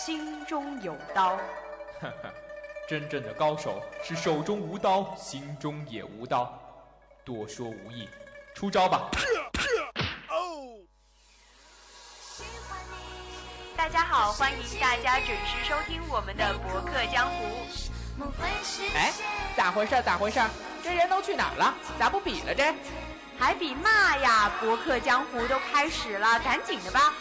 心中有刀。 呵呵，真正的高手是手中无刀，心中也无刀。多说无益，出招吧！ 大家好，欢迎大家准时收听我们的博客江湖。 哎，咋回事？这人都去哪儿了？咋不比了这？ 还比嘛呀？博客江湖都开始了，赶紧的吧。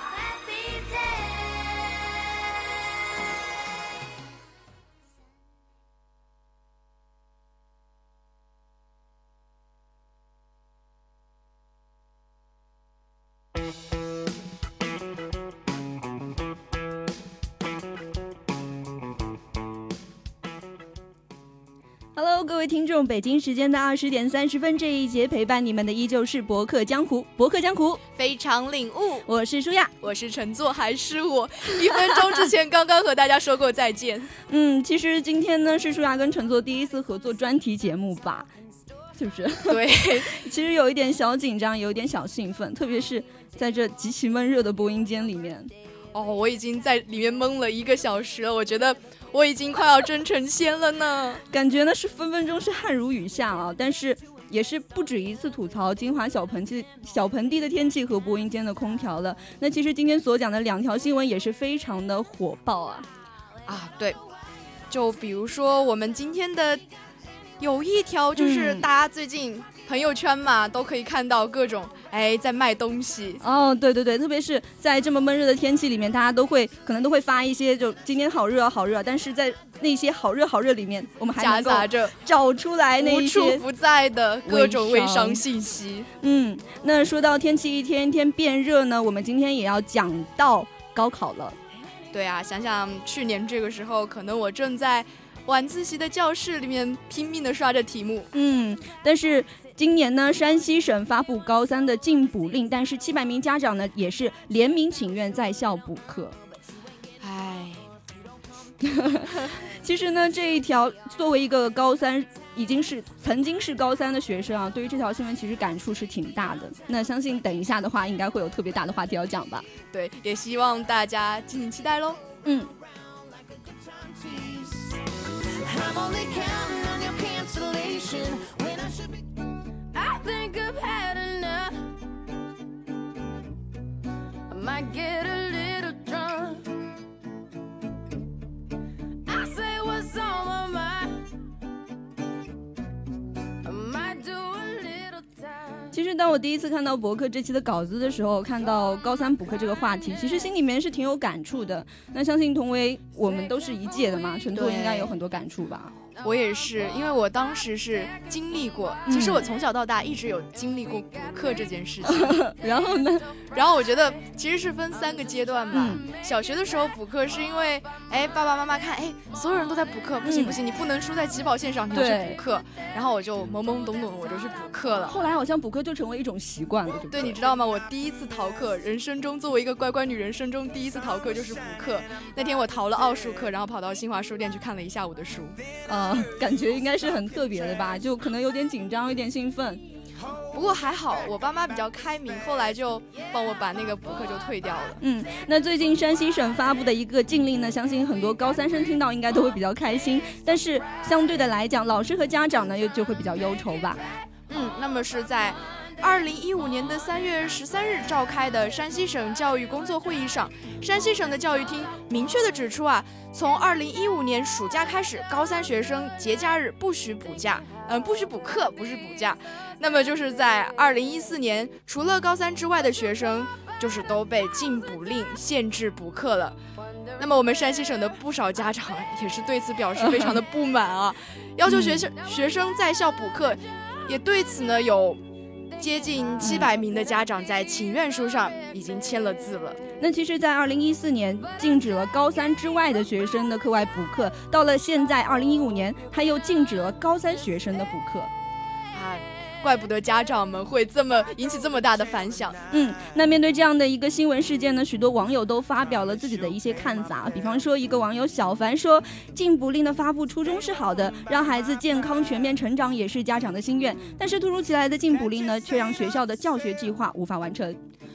Hello， 各位听众，北京时间的20点30分，这一节陪伴你们的依旧是博客江湖，博客江湖非常领悟。 我是舒亚， 我是陈作，还是我？1分钟之前刚刚和大家说过再见。 其实今天呢是舒亚跟陈作第一次合作专题节目吧，是不是？ 对， 其实有一点小紧张，有一点小兴奋，特别是在这极其闷热的播音间里面。 我已经在里面闷了1个小时了，我觉得我已经快要真成仙了呢。 感觉呢是分分钟是汗如雨下啊，但是也是不止一次吐槽金华小盆地的天气和播音间的空调了。那其实今天所讲的2条新闻也是非常的火爆啊。 对，就比如说我们今天的有一条就是大家最近朋友圈嘛，都可以看到各种在卖东西。 对，特别是在这么闷热的天气里面，大家可能都会发一些就今天好热好热，但是在那些好热里面，我们还能够夹杂着找出来那一些无处不在的各种微商信息。 那说到天气一天一天变热呢，我们今天也要讲到高考了。 对啊，想想去年这个时候，可能我正在晚自习的教室里面拼命的刷着题目。 但是今年呢，山西省发布高3的禁补令，但是700名家长呢也是联名请愿在校补课。其实呢，这一条作为一个高3曾经是高3的学生啊，对于这条新闻其实感触是挺大的。那相信等一下的话，应该会有特别大的话题要讲吧。 对，也希望大家敬请期待咯。 I'm only counting on your cancellation when I should be. I think I've had enough. I might get a little drunk. I say what's on my mind. I might do a little time. 其实当我第一次看到博客这期的稿子的时候，看到高3补课这个话题，其实心里面是挺有感触的。那相信同为我们都是一届的嘛，陈作应该有很多感触吧。 我也是，因为我当时是经历过，其实我从小到大一直有经历过补课这件事情。 然后呢？ 然后我觉得其实是分3个阶段吧。小学的时候补课是因为爸爸妈妈看所有人都在补课，不行，你不能输在起跑线上，你要去补课。然后我就懵懵懂懂的我就去补课了。 后来好像补课就成为一种习惯了，对不对？ 对，你知道吗？我第一次逃课，人生中作为一个乖乖女，人生中第一次逃课就是补课。那天我逃了奥数课，然后跑到新华书店去看了1下午的书。 感觉应该是很特别的吧，就可能有点紧张，有点兴奋。 不过还好，我爸妈比较开明，后来就帮我把那个补课就退掉了。 那最近山西省发布的一个禁令呢，相信很多高3生听到应该都会比较开心，但是相对的来讲，老师和家长呢就会比较忧愁吧。 那么是在2015年的3月13日召开的山西省教育工作会议上，山西省的教育厅明确地指出从2015年暑假开始，高3学生节假日不许补假，不许补课，不是补假。那么就是在2014年，除了高3之外的学生，就是都被禁补令限制补课了。那么我们山西省的不少家长也是对此表示非常的不满要求学生在校补课，也对此呢有接近700名的家长在请愿书上已经签了字了。 那其实在2014年禁止了高3之外的学生的课外补课，到了现在2015年他又禁止了高3学生的补课怪不得家长们会引起这么大的反响。 那面对这样的一个新闻事件呢，许多网友都发表了自己的一些看法。比方说，一个网友小凡说，禁补令的发布初衷是好的，让孩子健康全面成长也是家长的心愿，但是突如其来的禁补令呢，却让学校的教学计划无法完成。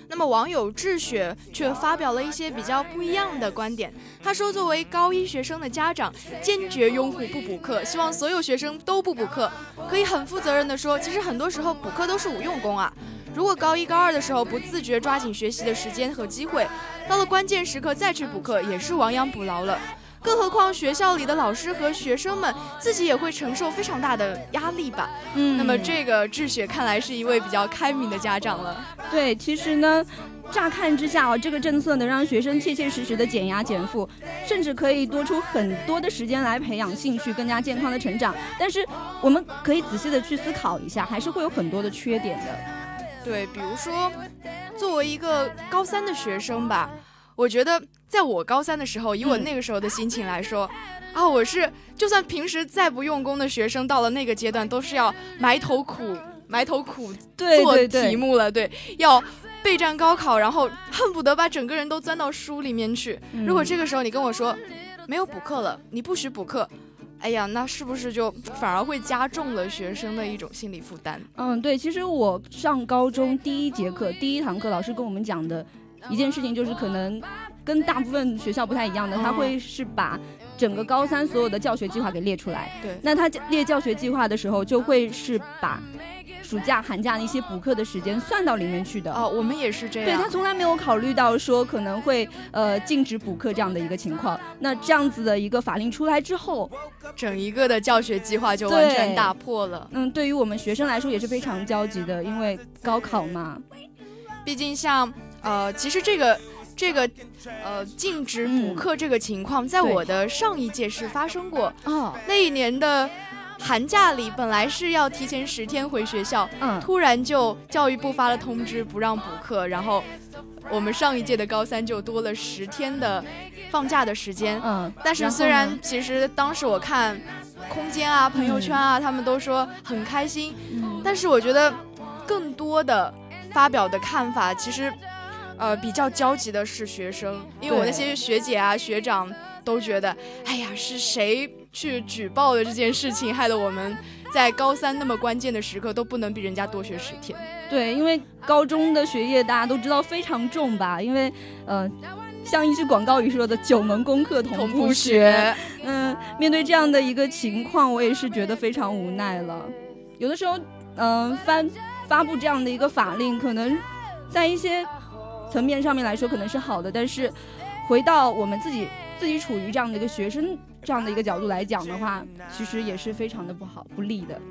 那么网友智雪却发表了一些比较不一样的观点。他说，作为高一学生的家长，坚决拥护不补课，希望所有学生都不补课。可以很负责任地说，其实很多时候补课都是无用功啊。如果高一高二的时候不自觉抓紧学习的时间和机会，到了关键时刻再去补课，也是亡羊补牢了。更何况学校里的老师和学生们自己也会承受非常大的压力吧。那么这个智雪看来是一位比较开明的家长了。 对，其实呢，乍看之下这个政策能让学生切切实实的减压减负，甚至可以多出很多的时间来培养兴趣，更加健康的成长。但是我们可以仔细的去思考一下，还是会有很多的缺点的。 对，比如说作为一个高3的学生吧，我觉得在我高3的时候，以我那个时候的心情来说，我是就算平时再不用功的学生，到了那个阶段都是要埋头苦做题目了，对，要备战高考，然后恨不得把整个人都钻到书里面去。如果这个时候你跟我说没有补课了，你不许补课，哎呀，那是不是就反而会加重了学生的一种心理负担？ 对，其实我上高中第一堂课，老师跟我们讲的一件事情就是，可能跟大部分学校不太一样的，他会是把整个高3所有的教学计划给列出来。 对， 那他列教学计划的时候，就会是把暑假寒假的一些补课的时间算到里面去的。 我们也是这样。 对，他从来没有考虑到说可能会禁止补课这样的一个情况。那这样子的一个法令出来之后， 整一个的教学计划就完全打破了。 对于我们学生来说也是非常焦急的，因为高考嘛。 毕竟像其实这个禁止补课这个情况，在我的上一届是发生过。那一年的寒假里本来是要提前10天回学校，突然就教育部发了通知不让补课，然后我们上一届的高3就多了10天的放假的时间。但是虽然其实当时我看空间啊、朋友圈啊，他们都说很开心，但是我觉得更多的发表的看法其实比较焦急的是学生，因为我那些学姐啊学长都觉得，哎呀，是谁去举报的这件事情，害得我们在高3那么关键的时刻都不能比人家多学10天。 对，因为高中的学业大家都知道非常重吧，因为像一句广告语说的9门功课同步学。面对这样的一个情况，我也是觉得非常无奈了。有的时候发布这样的一个法令，可能在一些层面上面来说可能是好的，但是回到我们自己处于这样的一个学生这样的一个角度来讲的话，其实也是非常的不利的。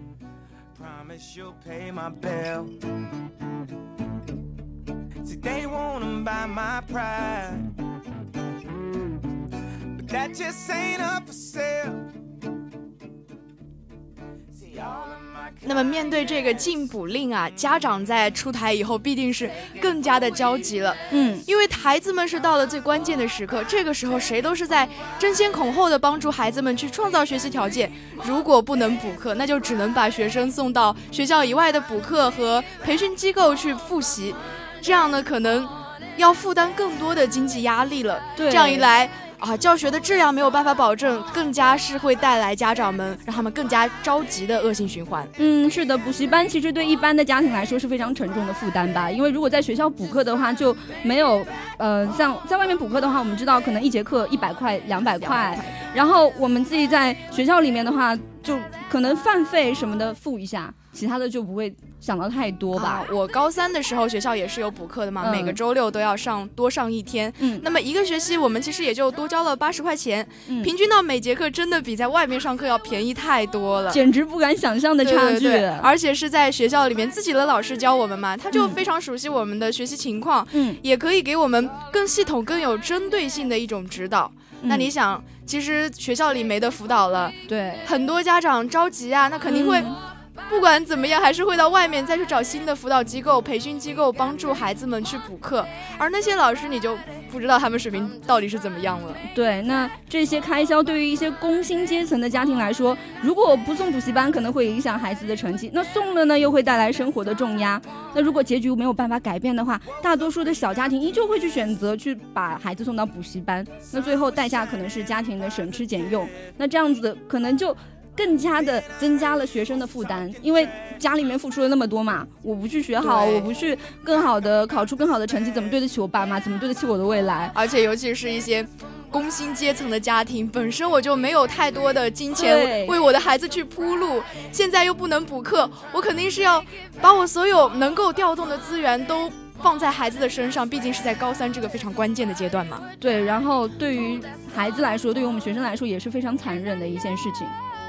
那么面对这个禁补令啊，家长在出台以后必定是更加的焦急了。因为孩子们是到了最关键的时刻，这个时候谁都是在争先恐后的帮助孩子们去创造学习条件。如果不能补课，那就只能把学生送到学校以外的补课和培训机构去复习，这样呢可能要负担更多的经济压力了。这样一来教学的质量没有办法保证，更加是会带来家长们让他们更加着急的恶性循环。 是的，补习班其实对一般的家庭来说是非常沉重的负担吧，因为如果在学校补课的话，就没有像在外面补课的话，我们知道可能一节课100块200块，然后我们自己在学校里面的话，就可能饭费什么的付一下，其他的就不会想到太多吧。 我高3的时候学校也是有补课的嘛，每个周六都要多上1天。那么一个学期我们其实也就多交了80块钱，平均到每节课真的比在外面上课要便宜太多了， 简直不敢想象的差距。 对，而且是在学校里面自己的老师教我们嘛，他就非常熟悉我们的学习情况，也可以给我们更系统更有针对性的一种指导。那你想，其实学校里没得辅导了， 对， 很多家长着急啊，那肯定会不管怎么样还是会到外面再去找新的辅导机构、培训机构帮助孩子们去补课，而那些老师你就不知道他们水平到底是怎么样了。 对，那这些开销对于一些工薪阶层的家庭来说，如果不送补习班可能会影响孩子的成绩，那送了呢又会带来生活的重压。那如果结局没有办法改变的话，大多数的小家庭依旧会去选择去把孩子送到补习班，那最后代价可能是家庭的省吃俭用，那这样子可能就更加的增加了学生的负担，因为家里面付出了那么多嘛，我不去学好，我不去更好的考出更好的成绩，怎么对得起我爸妈，怎么对得起我的未来？ 而且尤其是一些工薪阶层的家庭，本身我就没有太多的金钱为我的孩子去铺路，现在又不能补课，我肯定是要把我所有能够调动的资源都放在孩子的身上，毕竟是在高三这个非常关键的阶段嘛。 对，然后对于孩子来说，对于我们学生来说也是非常残忍的一件事情。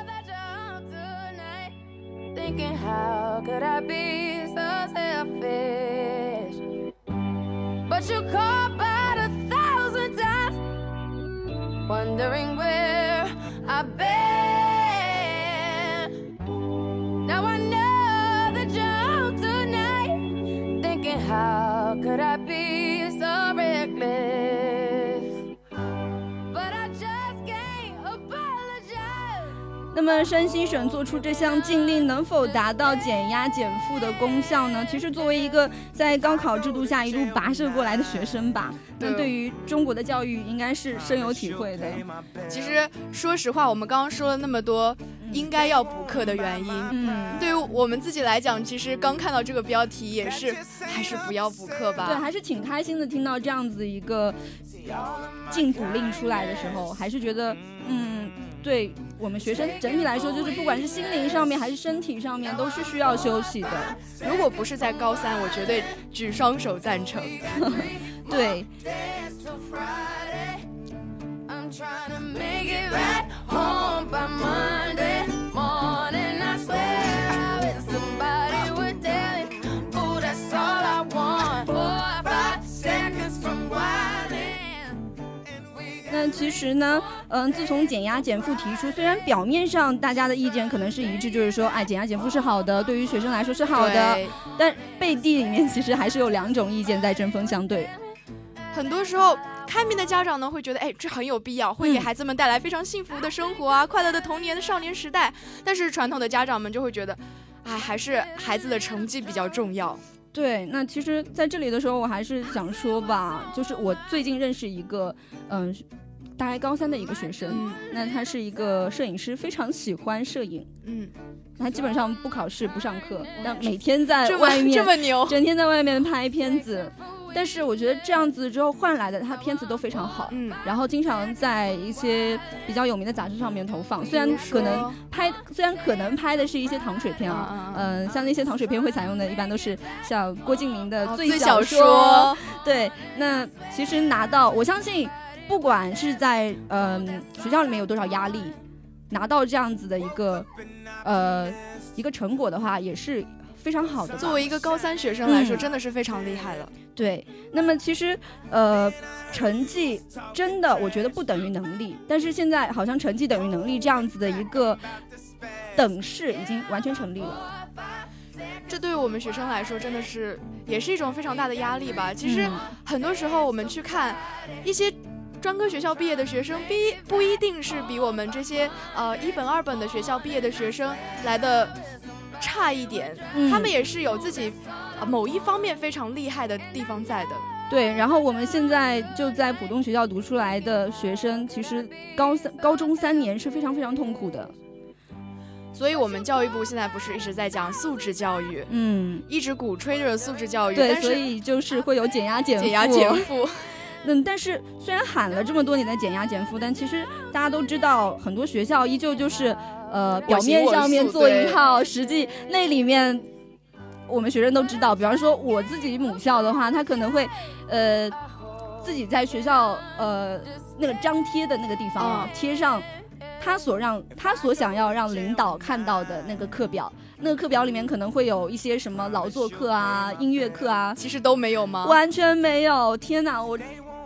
Thinking how could I be so selfish, but you called about 1,000 times, wondering where I've been. Now I know that you're home tonight, thinking how could I be so reckless, but I just can't apologize. 那么山西省做出这项禁令能否达到减压减负的功效呢？其实作为一个在高考制度下一路跋涉过来的学生吧，那对于中国的教育应该是深有体会的。 其实说实话，我们刚刚说了那么多应该要补课的原因，对于我们自己来讲，其实刚看到这个标题也是还是不要补课吧。 对，还是挺开心的，听到这样子一个禁补令出来的时候，还是觉得对我们学生整体来说，就是不管是心灵上面还是身体上面都是需要休息的。 如果不是在高三，我绝对举双手赞成。 对。 I'm trying to make it right home by Monday morning. I swear I wish somebody would tell me, oh, that's all I want. 4 or 5 seconds from wildin'. 那其实呢，自从减压减负提出，虽然表面上大家的意见可能是一致，就是说，减压减负是好的，对于学生来说是好的，但背地里面其实还是有2种意见在针锋相对。 很多时候开明的家长呢会觉得这很有必要，会给孩子们带来非常幸福的生活啊，快乐的童年的少年时代，但是传统的家长们就会觉得还是孩子的成绩比较重要。 对，那其实在这里的时候我还是想说吧，就是我最近认识一个大概高3的一个学生，那他是一个摄影师，非常喜欢摄影，他基本上不考试不上课，但每天在外面这么牛， 整天在外面拍片子。但是我觉得这样子之后换来的他片子都非常好，然后经常在一些比较有名的杂志上面投放，虽然可能拍的是一些糖水片像那些糖水片会采用的一般都是像郭敬明的最小说，对，那其实拿到，我相信不管是在学校里面有多少压力，拿到这样子的一个成果的话也是非常好的。 作为一个高3学生来说，真的是非常厉害了。 对，那么其实成绩真的我觉得不等于能力，但是现在好像成绩等于能力这样子的一个等式已经完全成立了。 这对于我们学生来说真的是也是一种非常大的压力吧。其实很多时候我们去看一些专科学校毕业的学生，不一定是比我们这些1本2本的学校毕业的学生来的差一点，他们也是有自己某一方面非常厉害的地方在的。 对，然后我们现在就在普通学校读出来的学生，其实高中3年是非常非常痛苦的。 所以我们教育部现在不是一直在讲素质教育，一直鼓吹着素质教育， 对，所以就是会有减压减负。但是虽然喊了这么多年的减压减负，但其实大家都知道，很多学校依旧就是表面上面做一套，实际那里面我们学生都知道。比方说我自己母校的话，他可能会自己在学校那个张贴的那个地方贴上他所想要让领导看到的那个课表，那个课表里面可能会有一些什么劳作课啊、音乐课啊， 其实都没有吗？ 完全没有。天哪，我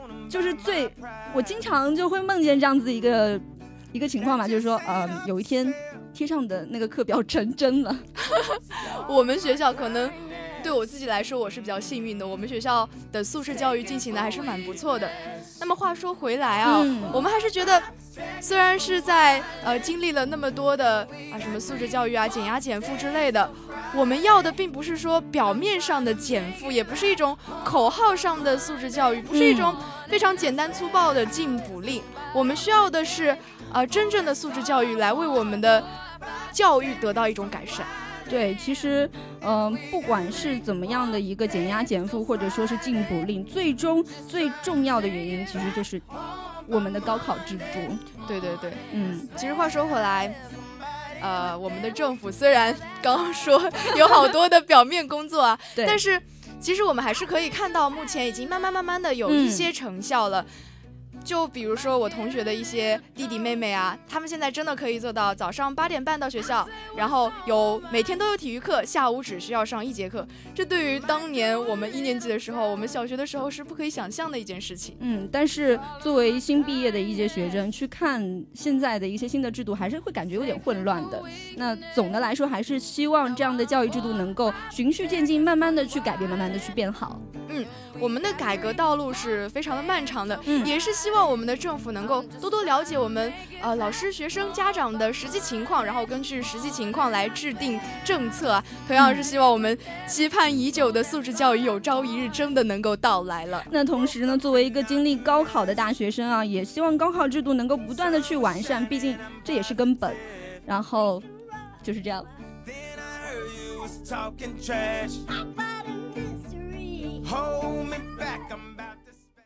经常就会梦见这样子一个情况嘛，就是说有一天贴上的那个课表成真了。 我们学校可能对我自己来说我是比较幸运的，我们学校的素质教育进行的还是蛮不错的。那么话说回来我们还是觉得虽然是在经历了那么多的什么素质教育减压减负之类的，我们要的并不是说表面上的减负，也不是一种口号上的素质教育，不是一种非常简单粗暴的禁补令，我们需要的是真正的素质教育来为我们的教育得到一种改善。 对，其实，不管是怎么样的一个减压减负，或者说是禁补令，最终最重要的原因，其实就是我们的高考制度。 对，其实话说回来，我们的政府虽然刚刚说有好多的表面工作啊，但是其实我们还是可以看到，目前已经慢慢的有一些成效了。就比如说我同学的一些弟弟妹妹啊，他们现在真的可以做到早上8点半到学校，然后每天都有体育课，下午只需要上1节课。这对于当年我们1年级的时候，我们小学的时候是不可以想象的一件事情。 但是作为新毕业的一届学生去看现在的一些新的制度，还是会感觉有点混乱的。那总的来说，还是希望这样的教育制度能够循序渐进，慢慢的去改变，慢慢的去变好。 我们的改革道路是非常的漫长的，也是希望我们的政府能够多多了解我们老师、学生、家长的实际情况，然后根据实际情况来制定政策啊。同样是希望我们期盼已久的素质教育有朝一日真的能够到来了。 那同时呢，作为一个经历高考的大学生啊，也希望高考制度能够不断的去完善，毕竟这也是根本。然后就是这样。Hold me back, I'm about to spend.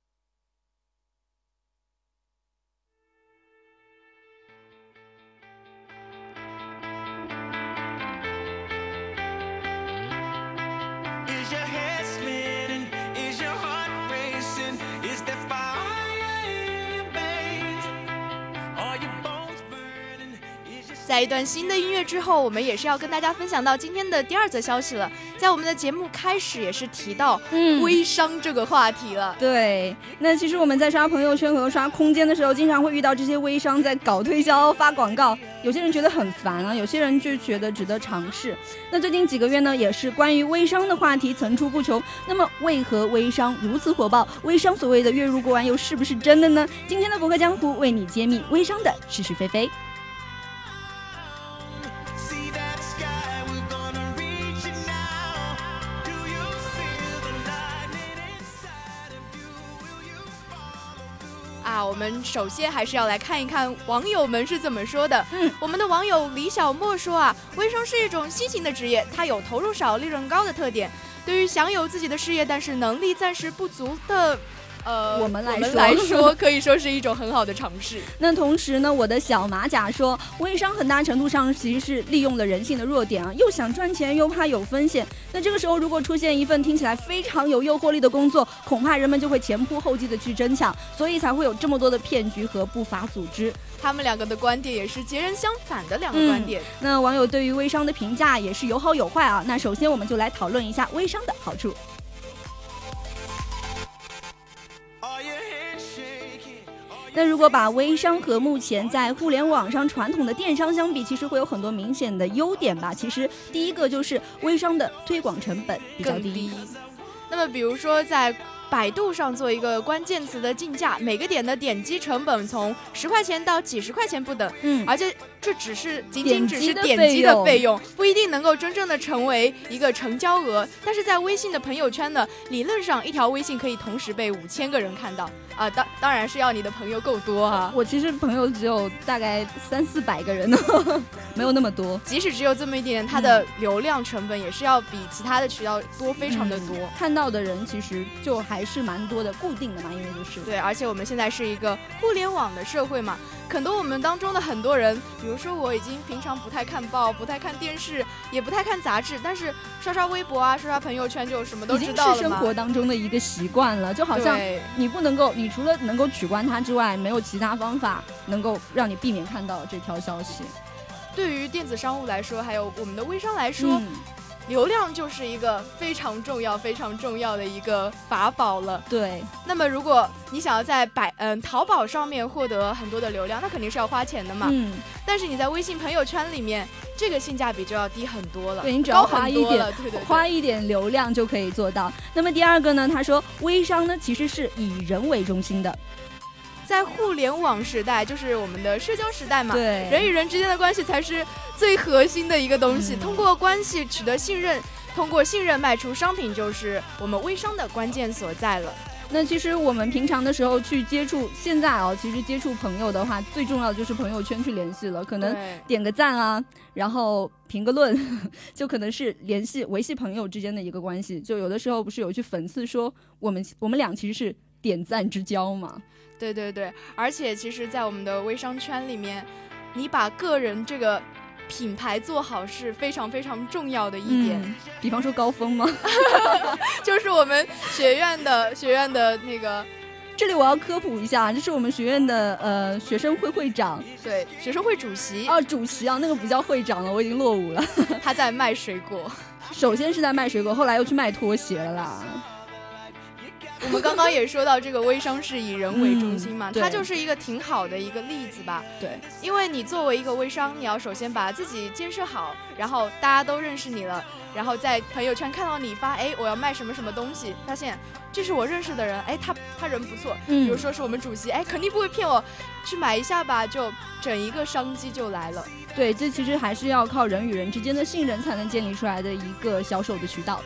Is your head spinning? Is your heart racing? Is there fire in your veins? Are your bones burning? 在一段新的音乐之后，我们也是要跟大家分享到今天的第2则消息了。在我们的节目开始也是提到微商这个话题了。 对，那其实我们在刷朋友圈和刷空间的时候，经常会遇到这些微商在搞推销、发广告，有些人觉得很烦啊，有些人就觉得值得尝试。那最近几个月呢，也是关于微商的话题层出不穷。那么为何微商如此火爆？微商所谓的月入过万又是不是真的呢？今天的博客江湖为你揭秘微商的是是非非。 我们首先还是要来看一看网友们是怎么说的。我们的网友李小莫说啊，微商是一种新型的职业，它有投入少、利润高的特点。对于享有自己的事业，但是能力暂时不足的我们来说可以说是一种很好的尝试。 那同时呢，我的小马甲说，微商很大程度上其实是利用了人性的弱点啊，又想赚钱又怕有风险。那这个时候如果出现一份听起来非常有诱惑力的工作，恐怕人们就会前仆后继的去争抢，所以才会有这么多的骗局和不法组织。 他们两个的观点也是截然相反的两个观点。 那网友对于微商的评价也是有好有坏啊。那首先我们就来讨论一下微商的好处。那如果把微商和目前在互联网上传统的电商相比，其实会有很多明显的优点吧。其实第一个就是微商的推广成本比较低。 那么比如说在百度上做一个关键词的竞价，每个点的点击成本从10块钱到几十块钱不等，而且这仅仅只是点击的费用，不一定能够真正的成为一个成交额。但是在微信的朋友圈呢，理论上一条微信可以同时被5000个人看到啊，当然是要你的朋友够多啊。 我其实朋友只有大概300-400个人呢，没有那么多。 即使只有这么一点，它的流量成本也是要比其他的渠道多非常的多。 看到的人其实就还是蛮多的，固定的嘛，因为就是对，而且我们现在是一个互联网的社会嘛，很多我们当中的很多人，比如说我已经平常不太看报，不太看电视，也不太看杂志，但是刷刷微博啊，刷刷朋友圈就什么都知道了嘛， 已经是生活当中的一个习惯了，就好像你不能够，你除了能够取关它之外，没有其他方法能够让你避免看到这条消息。 对于电子商务来说，还有我们的微商来说，流量就是一个非常重要的一个法宝了。 对， 那么如果你想要在淘宝上面获得很多的流量，那肯定是要花钱的嘛。但是你在微信朋友圈里面，这个性价比就要低很多了。 对，你只要花一点流量就可以做到。那么第二个呢，他说微商呢其实是以人为中心的。 在互联网时代，就是我们的社交时代嘛， 对， 人与人之间的关系才是最核心的一个东西。通过关系取得信任，通过信任卖出商品，就是我们微商的关键所在了。 那其实我们平常的时候去接触，现在其实接触朋友的话，最重要的就是朋友圈去联系了，可能点个赞啊，然后评个论，就可能是维系朋友之间的一个关系。就有的时候不是有句讽刺说我们俩其实是点赞之交嘛。 对对对，而且其实在我们的微商圈里面，你把个人这个品牌做好是非常非常重要的一点。 比方说高峰吗？ 就是我们学院的那个， 这里我要科普一下，这是我们学院的学生会会长， 对，学生会主席主席啊，那个不叫会长了，我已经落伍了。 他在卖水果， 首先是在卖水果，后来又去卖拖鞋了啦。 我们刚刚也说到这个微商是以人为中心嘛，它就是一个挺好的一个例子吧。 对， 因为你作为一个微商，你要首先把自己建设好，然后大家都认识你了，然后在朋友圈看到你发，我要卖什么什么东西，发现这是我认识的人，他人不错，比如说是我们主席，肯定不会骗我，去买一下吧，就整一个商机就来了。 对，这其实还是要靠人与人之间的信任才能建立出来的一个销售的渠道。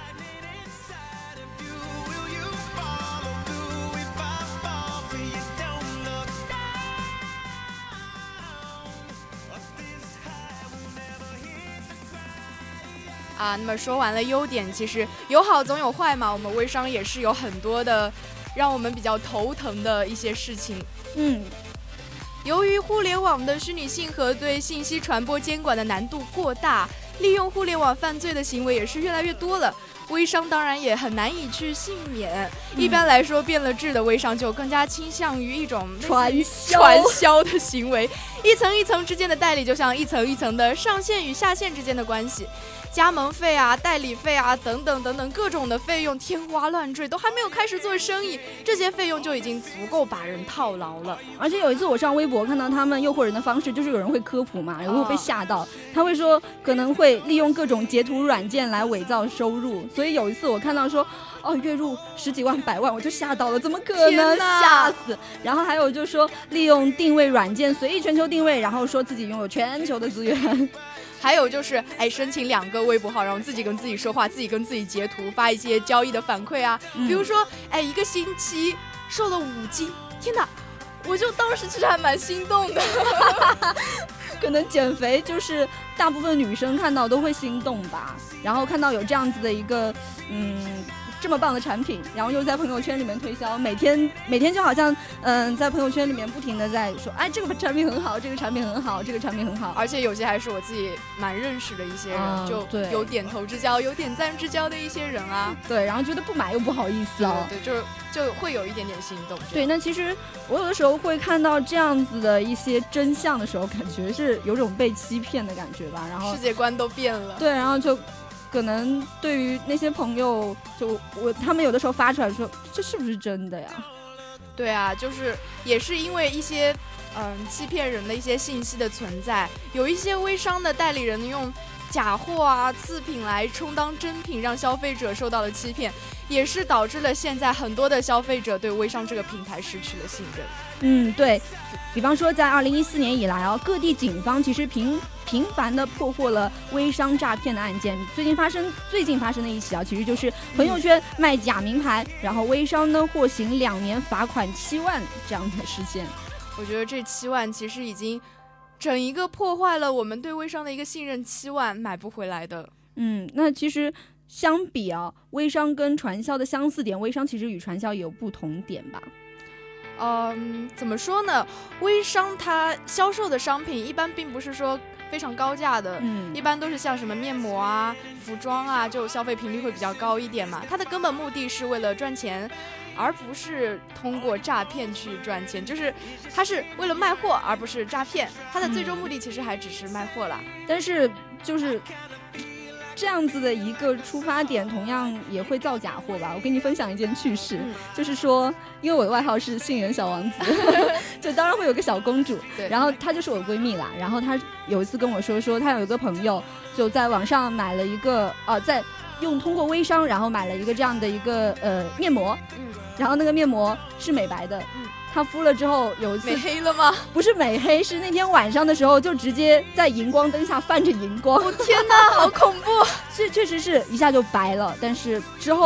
那么说完了优点，其实有好总有坏嘛，我们微商也是有很多的让我们比较头疼的一些事情。由于互联网的虚拟性和对信息传播监管的难度过大，利用互联网犯罪的行为也是越来越多了，微商当然也很难以去幸免。一般来说，变了质的微商就更加倾向于一种传销的行为，一层一层之间的代理就像一层一层的上线与下线之间的关系。加盟费啊、代理费啊等等等等各种的费用天花乱坠，都还没有开始做生意，这些费用就已经足够把人套牢了。 而且有一次我上微博看到他们诱惑人的方式，就是有人会科普嘛，然后被吓到，他会说可能会利用各种截图软件来伪造收入，所以有一次我看到说月入10几万、100万，我就吓到了，怎么可能，吓死。然后还有就是说利用定位软件随意全球定位，然后说自己拥有全球的资源。 还有就是申请2个微博号，然后自己跟自己说话，自己跟自己截图，发一些交易的反馈啊，比如说一个星期瘦了5斤，天哪，我就当时其实还蛮心动的。 可能减肥就是大部分女生看到都会心动吧，然后看到有这样子的一个这么棒的产品，然后又在朋友圈里面推销，每天就好像在朋友圈里面不停的在说这个产品很好，这个产品很好，这个产品很好， 而且有些还是我自己蛮认识的一些人，就有点头之交、有点赞之交的一些人啊。 对，然后觉得不买又不好意思对，就会有一点点心动。 对，那其实我有的时候会看到这样子的一些真相的时候，感觉是有种被欺骗的感觉吧，然后世界观都变了。 对，然后就可能对于那些朋友，他们有的时候发出来说这是不是真的呀？ 对啊，就是也是因为一些欺骗人的一些信息的存在，有一些微商的代理人用假货啊、次品来充当真品，让消费者受到了欺骗，也是导致了现在很多的消费者对微商这个平台失去了信任。 对，比方说在2014年以来各地警方其实频繁的破获了微商诈骗的案件。最近发生的一起其实就是朋友圈卖假名牌，然后微商呢获刑2年，罚款7万这样的事件。 我觉得这7万其实已经整一个破坏了我们对微商的一个信任，7万买不回来的。 那其实相比微商跟传销的相似点，微商其实与传销也有不同点吧。 怎么说呢？微商它销售的商品一般并不是说非常高价的，一般都是像什么面膜啊、服装啊，就消费频率会比较高一点嘛。它的根本目的是为了赚钱，而不是通过诈骗去赚钱，就是它是为了卖货，而不是诈骗。它的最终目的其实还只是卖货啦。 但是就是这样子的一个出发点，同样也会造假货吧。我跟你分享一件趣事，就是说，因为我的外号是杏仁小王子，就当然会有个小公主，然后她就是我闺蜜啦。然后她有一次跟我说她有一个朋友就在网上买了一个通过微商，然后买了一个这样的一个面膜，然后那个面膜是美白的，她敷了之后有一次美黑了吗？ 不是美黑，是那天晚上的时候就直接在荧光灯下泛着荧光。 天哪，好恐怖！ 确实是一下就白了，但是之后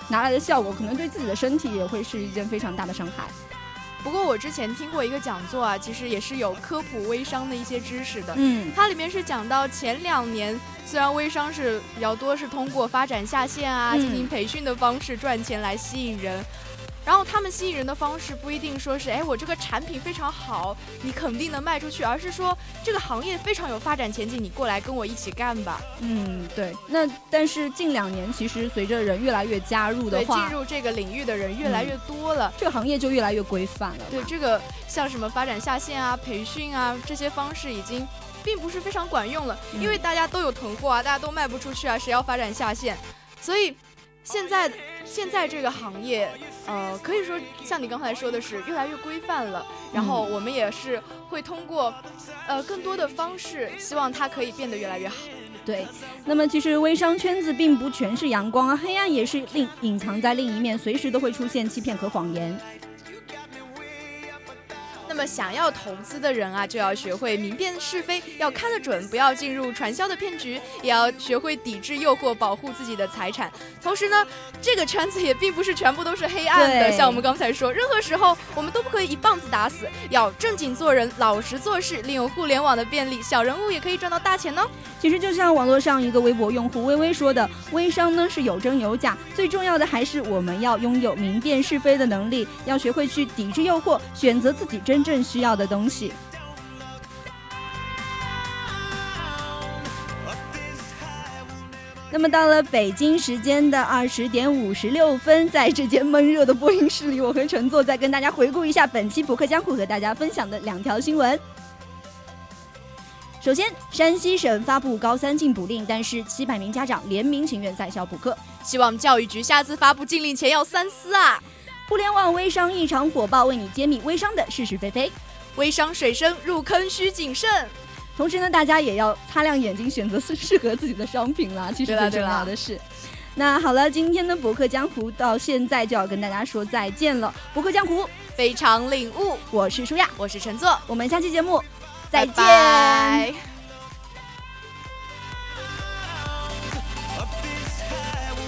拿来的效果，可能对自己的身体也会是一件非常大的伤害。 不过我之前听过一个讲座啊，其实也是有科普微商的一些知识的。它里面是讲到前2年，虽然微商是比较多是通过发展下线啊、进行培训的方式赚钱来吸引人。然后他们吸引人的方式不一定说是我这个产品非常好，你肯定能卖出去，而是说这个行业非常有发展前景，你过来跟我一起干吧。 对。那但是近2年其实随着人越来越加入的话， 对，进入这个领域的人越来越多了， 这个行业就越来越规范了。 对，这个像什么发展下线啊、培训啊这些方式已经并不是非常管用了，因为大家都有囤货啊，大家都卖不出去啊，谁要发展下线？所以现在这个行业，可以说像你刚才说的是越来越规范了，然后我们也是会通过更多的方式，希望它可以变得越来越好。 对，那么其实微商圈子并不全是阳光啊，黑暗也是隐藏在另一面，随时都会出现欺骗和谎言。 那么想要投资的人啊，就要学会明辨是非，要看得准，不要进入传销的骗局，也要学会抵制诱惑，保护自己的财产。同时呢，这个圈子也并不是全部都是黑暗的，像我们刚才说，任何时候我们都不可以一棒子打死，要正经做人，老实做事，利用互联网的便利，小人物也可以赚到大钱呢。 其实就像网络上一个微博用户微微说的，微商呢是有真有假，最重要的还是我们要拥有明辨是非的能力，要学会去抵制诱惑，选择自己真正需要的东西。那么到了北京时间的20点56分，在这间闷热的播音室里，我和陈作再跟大家回顾一下本期博客江湖和大家分享的2条新闻。首先，山西省发布高3禁补令，但是700名家长联名请愿在校补课， 希望教育局下次发布禁令前要三思啊！ 互联网微商异常火爆，为你揭秘微商的是是非非。 微商水深，入坑需谨慎。 同时呢，大家也要擦亮眼睛，选择适合自己的商品啦。其实最重要的是，那好了，今天的博客江湖到现在就要跟大家说再见了。博客江湖非常领悟， 我是舒亚， 我是陈作， 我们下期节目再见。 拜拜。